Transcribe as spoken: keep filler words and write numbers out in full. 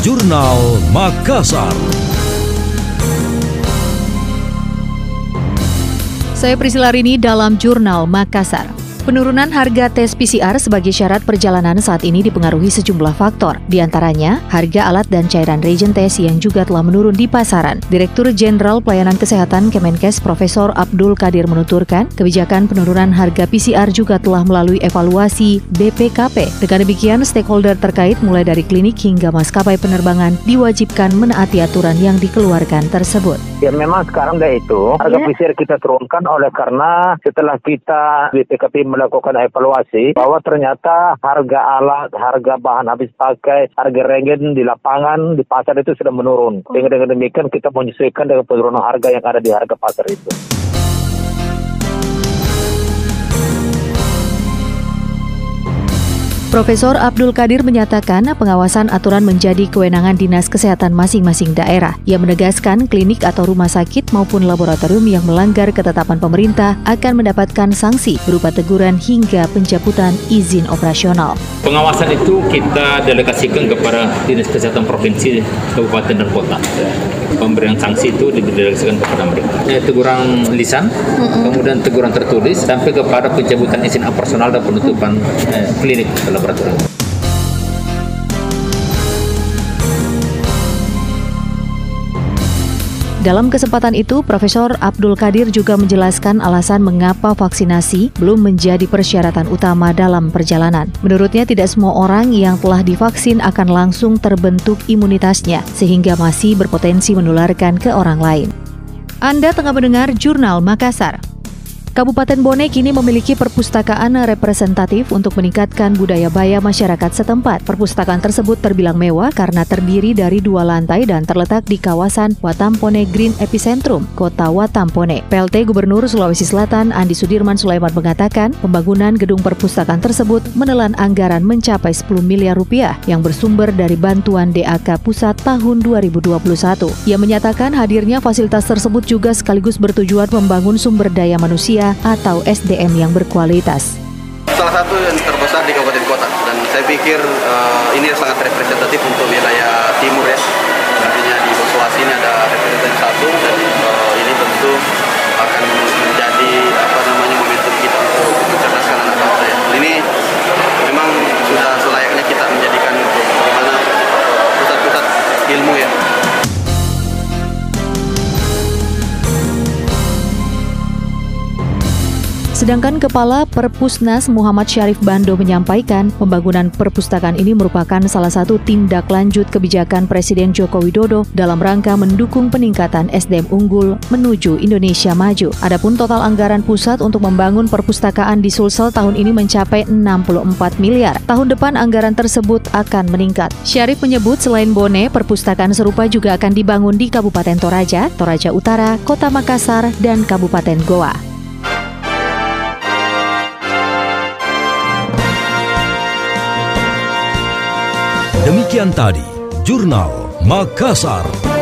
Jurnal Makassar. Saya Priscilla Rini dalam Jurnal Makassar. Penurunan harga tes P C R sebagai syarat perjalanan saat ini dipengaruhi sejumlah faktor. Di antaranya, harga alat dan cairan reagen tes yang juga telah menurun di pasaran. Direktur Jenderal Pelayanan Kesehatan Kemenkes Profesor Abdul Qadir menuturkan, kebijakan penurunan harga P C R juga telah melalui evaluasi B P K P. Dengan demikian, stakeholder terkait mulai dari klinik hingga maskapai penerbangan diwajibkan menaati aturan yang dikeluarkan tersebut. Ya memang sekarang dah itu, harga ya. P C R kita turunkan oleh karena setelah kita B P K P melakukan evaluasi bahwa ternyata harga alat, harga bahan habis pakai, harga reagen di lapangan, di pasar itu sudah menurun. Dengan, dengan demikian kita menyesuaikan dengan penurunan harga yang ada di harga pasar itu. Profesor Abdul Qadir menyatakan pengawasan aturan menjadi kewenangan Dinas Kesehatan masing-masing daerah. Ia menegaskan klinik atau rumah sakit maupun laboratorium yang melanggar ketetapan pemerintah akan mendapatkan sanksi berupa teguran hingga pencabutan izin operasional. Pengawasan itu kita delegasikan kepada Dinas Kesehatan Provinsi, Kabupaten dan Kota. Pemberian sanksi itu didelegasikan kepada mereka. Eh, teguran lisan, mm-hmm. kemudian teguran tertulis, sampai kepada pencabutan izin operasional dan penutupan eh, klinik laboratorium. Dalam kesempatan itu, Profesor Abdul Qadir juga menjelaskan alasan mengapa vaksinasi belum menjadi persyaratan utama dalam perjalanan. Menurutnya, tidak semua orang yang telah divaksin akan langsung terbentuk imunitasnya, sehingga masih berpotensi menularkan ke orang lain. Anda tengah mendengar Jurnal Makassar. Kabupaten Bone kini memiliki perpustakaan representatif untuk meningkatkan budaya baya masyarakat setempat. Perpustakaan tersebut terbilang mewah karena terdiri dari dua lantai dan terletak di kawasan Watampone Green Epicentrum, Kota Watampone. P L T Gubernur Sulawesi Selatan Andi Sudirman Sulaiman mengatakan pembangunan gedung perpustakaan tersebut menelan anggaran mencapai sepuluh miliar rupiah yang bersumber dari bantuan D A K Pusat tahun dua ribu dua puluh satu. Ia menyatakan hadirnya fasilitas tersebut juga sekaligus bertujuan membangun sumber daya manusia atau S D M yang berkualitas. Salah satu yang terbesar di Kabupaten Kota, dan saya pikir uh, ini sangat representatif untuk wilayah timur ya. Artinya di Bosoasi ini ada representatif satu, dan uh, ini tentu akan menjadi apa namanya momentum kita untuk mencerdaskan anak bangsa ya. Ini memang sudah selayaknya kita menjadikan bagaimana uh, pusat-pusat ilmu ya. Sedangkan Kepala Perpusnas Muhammad Syarif Bando menyampaikan pembangunan perpustakaan ini merupakan salah satu tindak lanjut kebijakan Presiden Joko Widodo dalam rangka mendukung peningkatan S D M unggul menuju Indonesia maju. Adapun total anggaran pusat untuk membangun perpustakaan di Sulsel tahun ini mencapai enam puluh empat miliar. Tahun depan anggaran tersebut akan meningkat. Syarif menyebut selain Bone, perpustakaan serupa juga akan dibangun di Kabupaten Toraja, Toraja Utara, Kota Makassar, dan Kabupaten Goa. Demikian tadi Jurnal Makassar.